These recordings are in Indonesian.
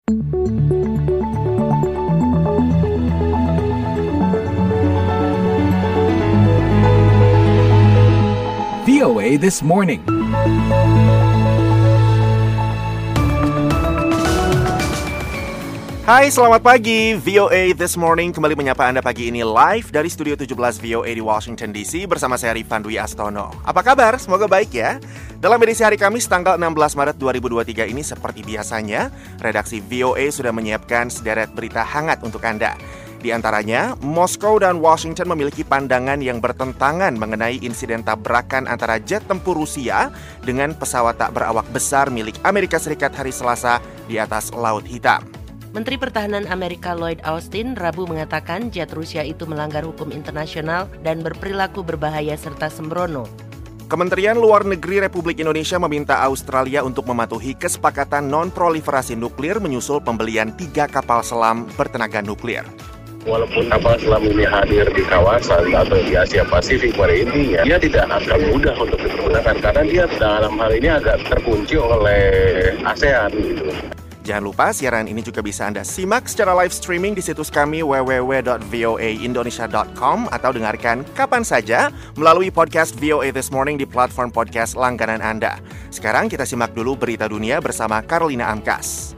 VOA This Morning. Hai, selamat pagi. VOA This Morning kembali menyapa Anda pagi ini live dari Studio 17 VOA di Washington DC bersama saya Rifan Dwi Astono. Apa kabar? Semoga baik ya. Dalam edisi hari Kamis tanggal 16 Maret 2023 ini seperti biasanya, redaksi VOA sudah menyiapkan sederet berita hangat untuk Anda. Di antaranya, Moskow dan Washington memiliki pandangan yang bertentangan mengenai insiden tabrakan antara jet tempur Rusia dengan pesawat tak berawak besar milik Amerika Serikat hari Selasa di atas Laut Hitam. Menteri Pertahanan Amerika Lloyd Austin Rabu mengatakan jet Rusia itu melanggar hukum internasional dan berperilaku berbahaya serta sembrono. Kementerian Luar Negeri Republik Indonesia meminta Australia untuk mematuhi kesepakatan non-proliferasi nuklir menyusul pembelian 3 kapal selam bertenaga nuklir. Walaupun kapal selam ini hadir di kawasan atau di Asia Pasifik pada intinya, dia tidak akan mudah untuk dipergunakan karena dia dalam hal ini agak terkunci oleh ASEAN gitu. Jangan lupa siaran ini juga bisa Anda simak secara live streaming di situs kami www.voaindonesia.com atau dengarkan kapan saja melalui podcast VOA This Morning di platform podcast langganan Anda. Sekarang kita simak dulu berita dunia bersama Carolina Amkas.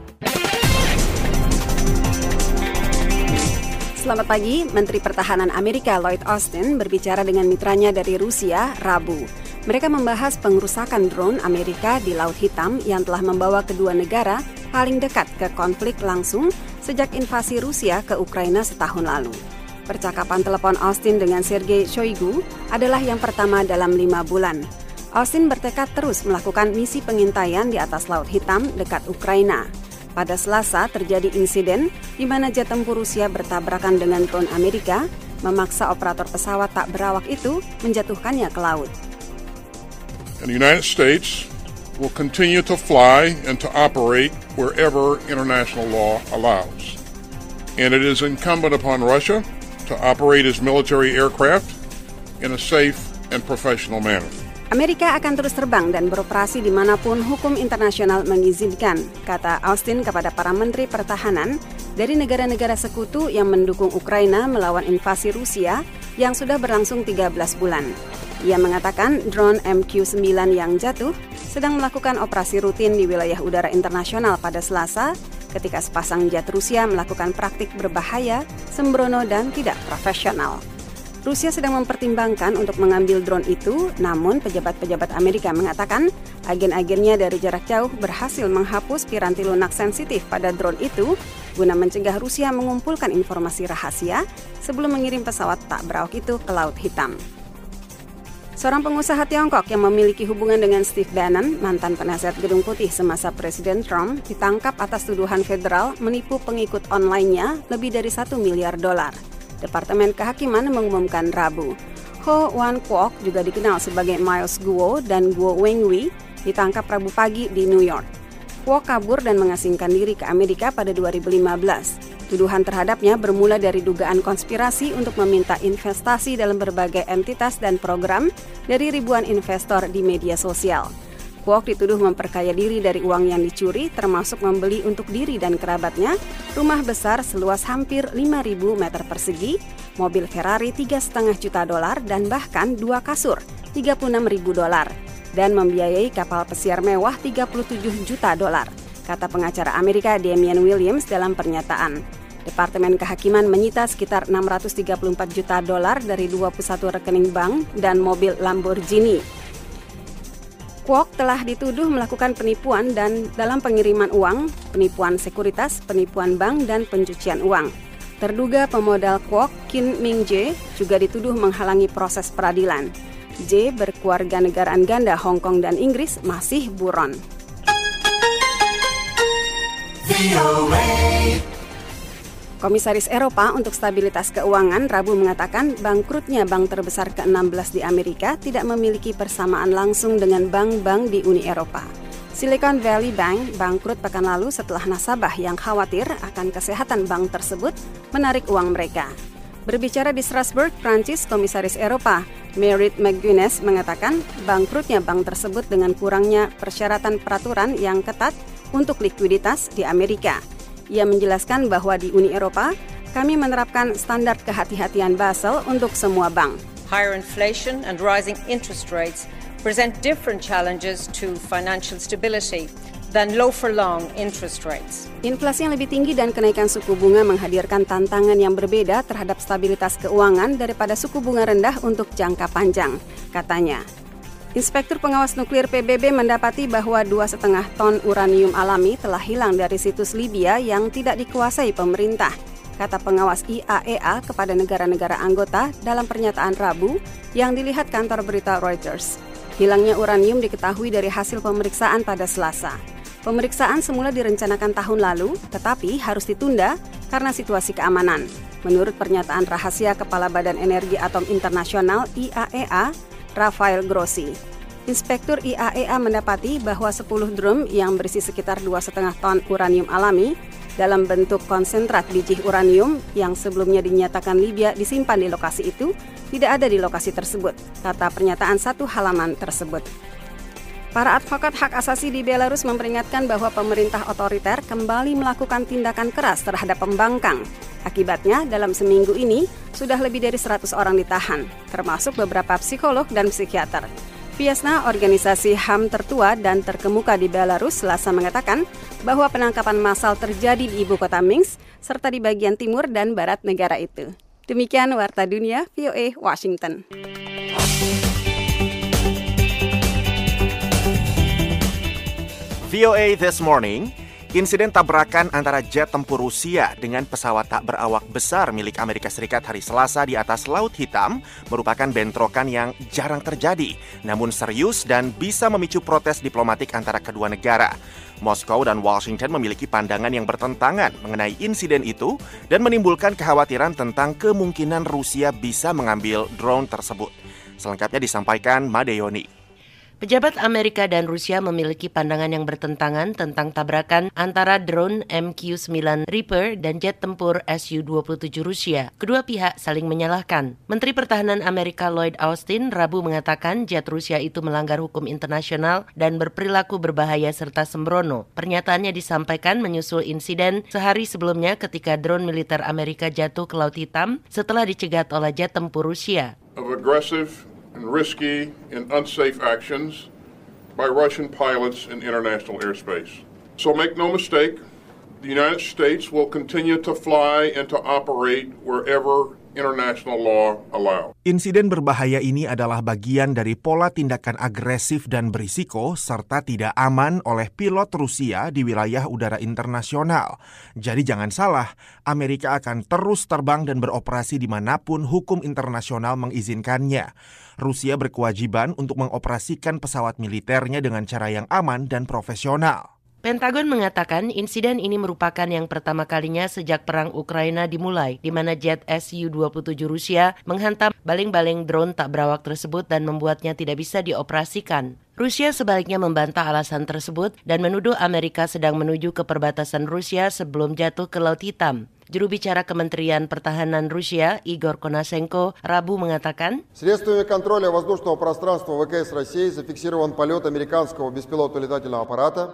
Selamat pagi, Menteri Pertahanan Amerika Lloyd Austin berbicara dengan mitranya dari Rusia, Rabu. Mereka membahas pengerusakan drone Amerika di Laut Hitam yang telah membawa kedua negara paling dekat ke konflik langsung sejak invasi Rusia ke Ukraina setahun lalu. Percakapan telepon Austin dengan Sergei Shoigu adalah yang pertama dalam 5 bulan. Austin bertekad terus melakukan misi pengintaian di atas Laut Hitam dekat Ukraina. Pada Selasa terjadi insiden di mana jet tempur Rusia bertabrakan dengan drone Amerika, memaksa operator pesawat tak berawak itu menjatuhkannya ke laut. And the United States will continue to fly and to operate wherever international law allows. And it is incumbent upon Russia to operate its military aircraft in a safe and professional manner. Amerika akan terus terbang dan beroperasi dimanapun hukum internasional mengizinkan, kata Austin kepada para menteri pertahanan dari negara-negara sekutu yang mendukung Ukraina melawan invasi Rusia yang sudah berlangsung 13 bulan. Ia mengatakan drone MQ-9 yang jatuh sedang melakukan operasi rutin di wilayah udara internasional pada Selasa ketika sepasang jet Rusia melakukan praktik berbahaya, sembrono dan tidak profesional. Rusia sedang mempertimbangkan untuk mengambil drone itu, namun pejabat-pejabat Amerika mengatakan agen-agennya dari jarak jauh berhasil menghapus piranti lunak sensitif pada drone itu guna mencegah Rusia mengumpulkan informasi rahasia sebelum mengirim pesawat tak berawak itu ke Laut Hitam. Seorang pengusaha Tiongkok yang memiliki hubungan dengan Steve Bannon, mantan penasihat Gedung Putih semasa Presiden Trump, ditangkap atas tuduhan federal menipu pengikut online-nya lebih dari $1 miliar. Departemen Kehakiman mengumumkan Rabu. Ho Wan Kwok, juga dikenal sebagai Miles Guo dan Guo Wengwei, ditangkap Rabu pagi di New York. Kwok kabur dan mengasingkan diri ke Amerika pada 2015. Tuduhan terhadapnya bermula dari dugaan konspirasi untuk meminta investasi dalam berbagai entitas dan program dari ribuan investor di media sosial. Kwok dituduh memperkaya diri dari uang yang dicuri, termasuk membeli untuk diri dan kerabatnya rumah besar seluas hampir 5.000 meter persegi, mobil Ferrari $3,5 juta, dan bahkan 2 kasur $36.000, dan membiayai kapal pesiar mewah $37 juta, kata pengacara Amerika Damian Williams dalam pernyataan. Departemen Kehakiman menyita sekitar $634 juta dari 21 rekening bank dan mobil Lamborghini. Kwok telah dituduh melakukan penipuan dan dalam pengiriman uang, penipuan sekuritas, penipuan bank, dan pencucian uang. Terduga pemodal Kwok, Kim Ming Jae, juga dituduh menghalangi proses peradilan. Jae berkeluarga negaraan ganda Hong Kong dan Inggris masih buron. Komisaris Eropa untuk Stabilitas Keuangan Rabu mengatakan bangkrutnya bank terbesar ke-16 di Amerika tidak memiliki persamaan langsung dengan bank-bank di Uni Eropa. Silicon Valley Bank bangkrut pekan lalu setelah nasabah yang khawatir akan kesehatan bank tersebut menarik uang mereka. Berbicara di Strasbourg, Prancis, Komisaris Eropa Merit McGuinness mengatakan bangkrutnya bank tersebut dengan kurangnya persyaratan peraturan yang ketat untuk likuiditas di Amerika. Ia menjelaskan bahwa di Uni Eropa, kami menerapkan standar kehati-hatian Basel untuk semua bank. Higher inflation and rising interest rates present different challenges to financial stability than low-for-long interest rates. Inflasi yang lebih tinggi dan kenaikan suku bunga menghadirkan tantangan yang berbeda terhadap stabilitas keuangan daripada suku bunga rendah untuk jangka panjang, katanya. Inspektur Pengawas Nuklir PBB mendapati bahwa 2,5 ton uranium alami telah hilang dari situs Libya yang tidak dikuasai pemerintah, kata pengawas IAEA kepada negara-negara anggota dalam pernyataan Rabu yang dilihat kantor berita Reuters. Hilangnya uranium diketahui dari hasil pemeriksaan pada Selasa. Pemeriksaan semula direncanakan tahun lalu, tetapi harus ditunda karena situasi keamanan. Menurut pernyataan rahasia Kepala Badan Energi Atom Internasional IAEA, Rafael Grossi. Inspektur IAEA mendapati bahwa 10 drum yang berisi sekitar 2,5 ton uranium alami dalam bentuk konsentrat biji uranium yang sebelumnya dinyatakan Libya disimpan di lokasi itu tidak ada di lokasi tersebut, kata pernyataan satu halaman tersebut. Para advokat hak asasi di Belarus memperingatkan bahwa pemerintah otoriter kembali melakukan tindakan keras terhadap pembangkang. Akibatnya, dalam seminggu ini, sudah lebih dari 100 orang ditahan, termasuk beberapa psikolog dan psikiater. Viasna, organisasi HAM tertua dan terkemuka di Belarus, Selasa mengatakan bahwa penangkapan massal terjadi di ibu kota Minsk, serta di bagian timur dan barat negara itu. Demikian Warta Dunia, VOA Washington. VOA This Morning, insiden tabrakan antara jet tempur Rusia dengan pesawat tak berawak besar milik Amerika Serikat hari Selasa di atas Laut Hitam merupakan bentrokan yang jarang terjadi, namun serius dan bisa memicu protes diplomatik antara kedua negara. Moskow dan Washington memiliki pandangan yang bertentangan mengenai insiden itu dan menimbulkan kekhawatiran tentang kemungkinan Rusia bisa mengambil drone tersebut. Selengkapnya disampaikan Madeyoni. Pejabat Amerika dan Rusia memiliki pandangan yang bertentangan tentang tabrakan antara drone MQ-9 Reaper dan jet tempur Su-27 Rusia. Kedua pihak saling menyalahkan. Menteri Pertahanan Amerika Lloyd Austin Rabu mengatakan jet Rusia itu melanggar hukum internasional dan berperilaku berbahaya serta sembrono. Pernyataannya disampaikan menyusul insiden sehari sebelumnya ketika drone militer Amerika jatuh ke Laut Hitam setelah dicegat oleh jet tempur Rusia. Of aggressive and risky and unsafe actions by Russian pilots in international airspace. So make no mistake, the United States will continue to fly and to operate wherever international law allows. Insiden berbahaya ini adalah bagian dari pola tindakan agresif dan berisiko serta tidak aman oleh pilot Rusia di wilayah udara internasional. Jadi jangan salah, Amerika akan terus terbang dan beroperasi dimanapun hukum internasional mengizinkannya. Rusia berkewajiban untuk mengoperasikan pesawat militernya dengan cara yang aman dan profesional. Pentagon mengatakan insiden ini merupakan yang pertama kalinya sejak perang Ukraina dimulai, di mana jet Su-27 Rusia menghantam baling-baling drone tak berawak tersebut dan membuatnya tidak bisa dioperasikan. Rusia sebaliknya membantah alasan tersebut dan menuduh Amerika sedang menuju ke perbatasan Rusia sebelum jatuh ke Laut Hitam. Juru bicara Kementerian Pertahanan Rusia, Igor Konashenko, Rabu mengatakan, Средствами контроля воздушного пространства ВКС России зафиксирован полет американского беспилотного летательного аппарата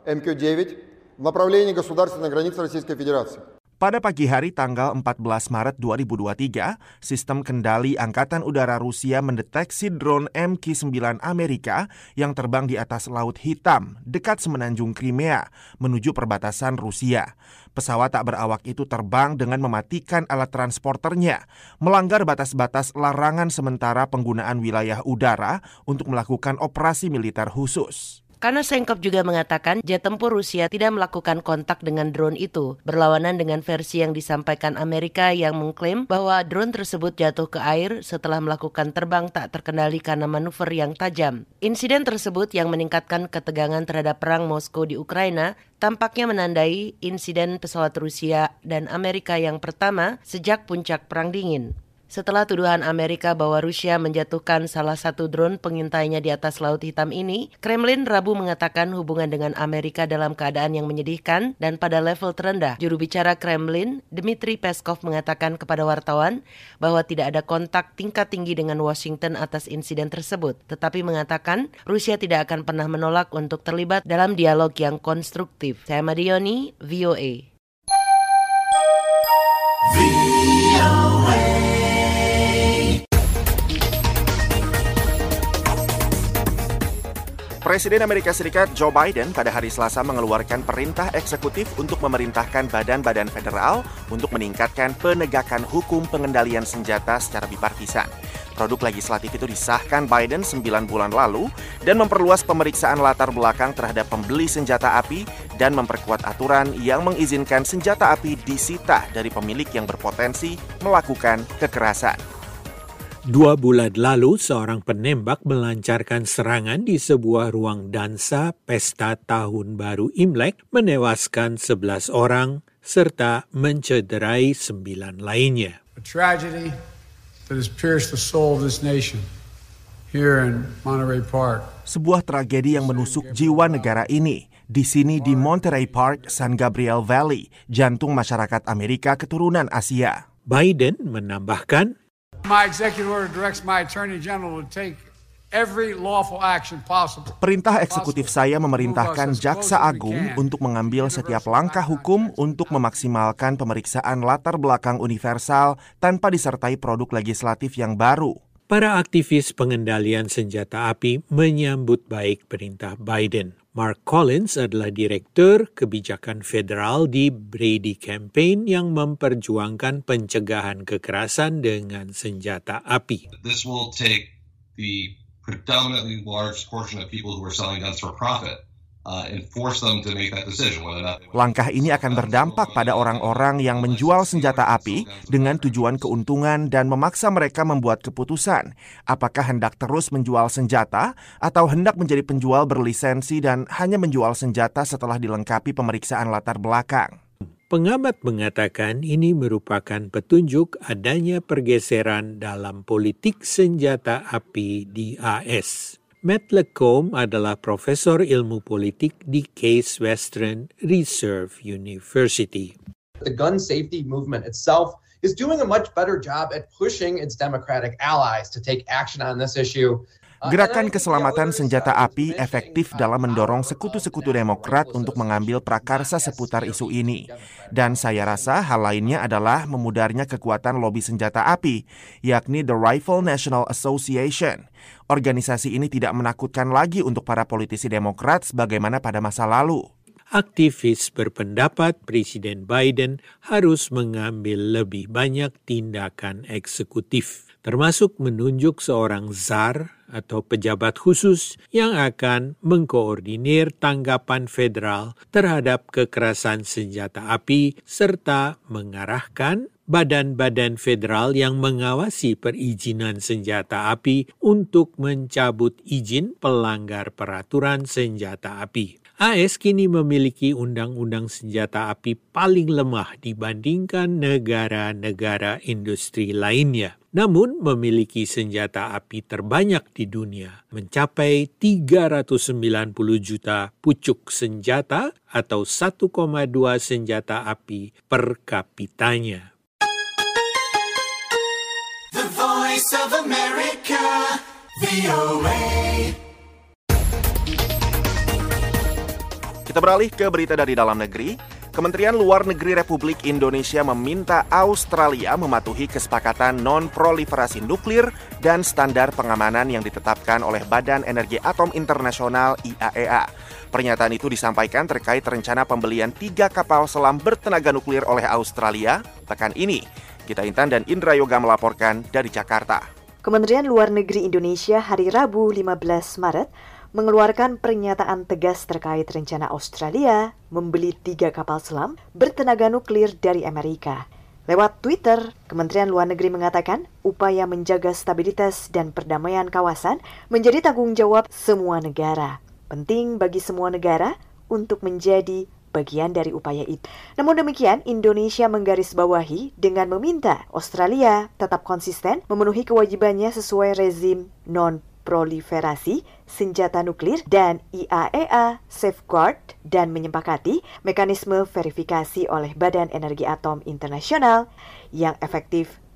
МК-9 в направлении государственной границы Российской Федерации. Pada pagi hari tanggal 14 Maret 2023, sistem kendali Angkatan Udara Rusia mendeteksi drone MQ-9 Amerika yang terbang di atas Laut Hitam, dekat semenanjung Crimea, menuju perbatasan Rusia. Pesawat tak berawak itu terbang dengan mematikan alat transporternya, melanggar batas-batas larangan sementara penggunaan wilayah udara untuk melakukan operasi militer khusus. Konashenkov juga mengatakan jet tempur Rusia tidak melakukan kontak dengan drone itu, berlawanan dengan versi yang disampaikan Amerika yang mengklaim bahwa drone tersebut jatuh ke air setelah melakukan terbang tak terkendali karena manuver yang tajam. Insiden tersebut yang meningkatkan ketegangan terhadap perang Moskow di Ukraina tampaknya menandai insiden pesawat Rusia dan Amerika yang pertama sejak puncak Perang Dingin. Setelah tuduhan Amerika bahwa Rusia menjatuhkan salah satu drone pengintainya di atas Laut Hitam ini, Kremlin Rabu mengatakan hubungan dengan Amerika dalam keadaan yang menyedihkan dan pada level terendah. Juru bicara Kremlin, Dmitry Peskov, mengatakan kepada wartawan bahwa tidak ada kontak tingkat tinggi dengan Washington atas insiden tersebut, tetapi mengatakan Rusia tidak akan pernah menolak untuk terlibat dalam dialog yang konstruktif. Saya Madioni, VOA. Presiden Amerika Serikat Joe Biden pada hari Selasa mengeluarkan perintah eksekutif untuk memerintahkan badan-badan federal untuk meningkatkan penegakan hukum pengendalian senjata secara bipartisan. Produk legislatif itu disahkan Biden 9 bulan lalu dan memperluas pemeriksaan latar belakang terhadap pembeli senjata api dan memperkuat aturan yang mengizinkan senjata api disita dari pemilik yang berpotensi melakukan kekerasan. 2 bulan lalu, seorang penembak melancarkan serangan di sebuah ruang dansa pesta Tahun Baru Imlek, menewaskan 11 orang serta mencederai 9 lainnya. A tragedy that has pierced the soul of this nation here in Monterey Park. Sebuah tragedi yang menusuk jiwa negara ini. Di sini di Monterey Park, San Gabriel Valley, jantung masyarakat Amerika keturunan Asia. Biden menambahkan, My executive order directs my attorney general to take every lawful action possible. Perintah eksekutif saya memerintahkan Jaksa Agung untuk mengambil setiap langkah hukum untuk memaksimalkan pemeriksaan latar belakang universal tanpa disertai produk legislatif yang baru. Para aktivis pengendalian senjata api menyambut baik perintah Biden. Mark Collins adalah Direktur Kebijakan Federal di Brady Campaign yang memperjuangkan pencegahan kekerasan dengan senjata api. This will take the predominantly large portion of people who are selling guns for profit and force them to make that decision. Langkah ini akan berdampak pada orang-orang yang menjual senjata api dengan tujuan keuntungan dan memaksa mereka membuat keputusan apakah hendak terus menjual senjata atau hendak menjadi penjual berlisensi dan hanya menjual senjata setelah dilengkapi pemeriksaan latar belakang. Pengamat mengatakan ini merupakan petunjuk adanya pergeseran dalam politik senjata api di AS. Matt Lacombe adalah profesor ilmu politik di Case Western Reserve University. The gun safety movement itself is doing a much better job at pushing its Democratic allies to take action on this issue. Gerakan keselamatan senjata api efektif dalam mendorong sekutu-sekutu Demokrat untuk mengambil prakarsa seputar isu ini. Dan saya rasa hal lainnya adalah memudarnya kekuatan lobi senjata api, yakni The Rifle National Association. Organisasi ini tidak menakutkan lagi untuk para politisi Demokrat sebagaimana pada masa lalu. Aktivis berpendapat Presiden Biden harus mengambil lebih banyak tindakan eksekutif, termasuk menunjuk seorang czar atau pejabat khusus yang akan mengkoordinir tanggapan federal terhadap kekerasan senjata api serta mengarahkan badan-badan federal yang mengawasi perizinan senjata api untuk mencabut izin pelanggar peraturan senjata api. AS kini memiliki undang-undang senjata api paling lemah dibandingkan negara-negara industri lainnya. Namun memiliki senjata api terbanyak di dunia, mencapai 390 juta pucuk senjata atau 1,2 senjata api per kapitanya. The Voice of America, VOA. Kita beralih ke berita dari dalam negeri. Kementerian Luar Negeri Republik Indonesia meminta Australia mematuhi kesepakatan non-proliferasi nuklir dan standar pengamanan yang ditetapkan oleh Badan Energi Atom Internasional IAEA. Pernyataan itu disampaikan terkait rencana pembelian 3 kapal selam bertenaga nuklir oleh Australia pekan ini. Gita Intan dan Indra Yoga melaporkan dari Jakarta. Kementerian Luar Negeri Indonesia hari Rabu 15 Maret mengeluarkan pernyataan tegas terkait rencana Australia membeli 3 kapal selam bertenaga nuklir dari Amerika. Lewat Twitter, Kementerian Luar Negeri mengatakan upaya menjaga stabilitas dan perdamaian kawasan menjadi tanggung jawab semua negara. Penting bagi semua negara untuk menjadi bagian dari upaya itu. Namun demikian, Indonesia menggarisbawahi dengan meminta Australia tetap konsisten memenuhi kewajibannya sesuai rezim non-proliferasi senjata nuklir dan IAEA Safeguard dan menyepakati mekanisme verifikasi oleh Badan Energi Atom Internasional yang efektif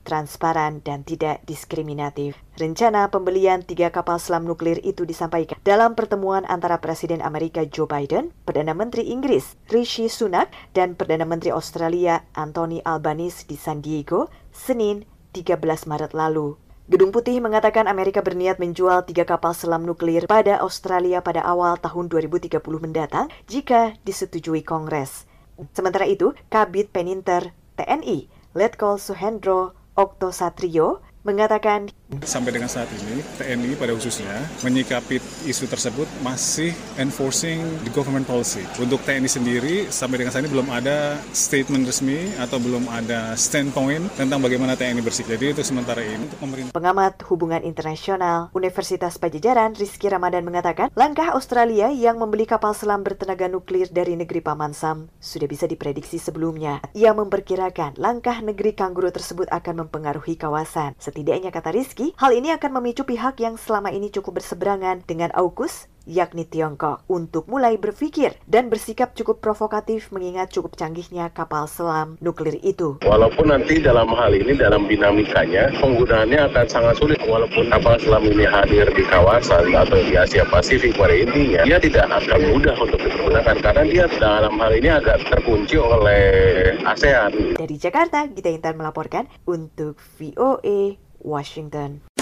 transparan, dan tidak diskriminatif. Rencana pembelian 3 kapal selam nuklir itu disampaikan dalam pertemuan antara Presiden Amerika Joe Biden, Perdana Menteri Inggris Rishi Sunak, dan Perdana Menteri Australia Anthony Albanese di San Diego, Senin 13 Maret lalu. Gedung Putih mengatakan Amerika berniat menjual 3 kapal selam nuklir pada Australia pada awal tahun 2030 mendatang jika disetujui Kongres. Sementara itu, Kabid Peninter TNI, Letkol Suhendro Oktosatrio, mengatakan sampai dengan saat ini TNI pada khususnya menyikapi isu tersebut masih enforcing the government policy. Untuk TNI sendiri sampai dengan saat ini belum ada statement resmi atau belum ada standpoint tentang bagaimana TNI bersikap. Jadi itu sementara ini untuk pemerintah. Pengamat hubungan internasional Universitas Pajajaran Rizky Ramadan mengatakan langkah Australia yang membeli kapal selam bertenaga nuklir dari negeri Paman Sam sudah bisa diprediksi sebelumnya. Ia memperkirakan langkah negeri Kangguru tersebut akan mempengaruhi kawasan. Setidaknya kata Rizky, hal ini akan memicu pihak yang selama ini cukup berseberangan dengan AUKUS, yakni Tiongkok, untuk mulai berpikir dan bersikap cukup provokatif mengingat cukup canggihnya kapal selam nuklir itu. Walaupun nanti dalam hal ini, dalam dinamikanya, penggunaannya akan sangat sulit. Walaupun kapal selam ini hadir di kawasan atau di Asia Pasifik pada intinya, dia tidak akan mudah untuk digunakan karena dia dalam hal ini agak terkunci oleh ASEAN. Dari Jakarta, Gita Intan melaporkan untuk VOA Washington.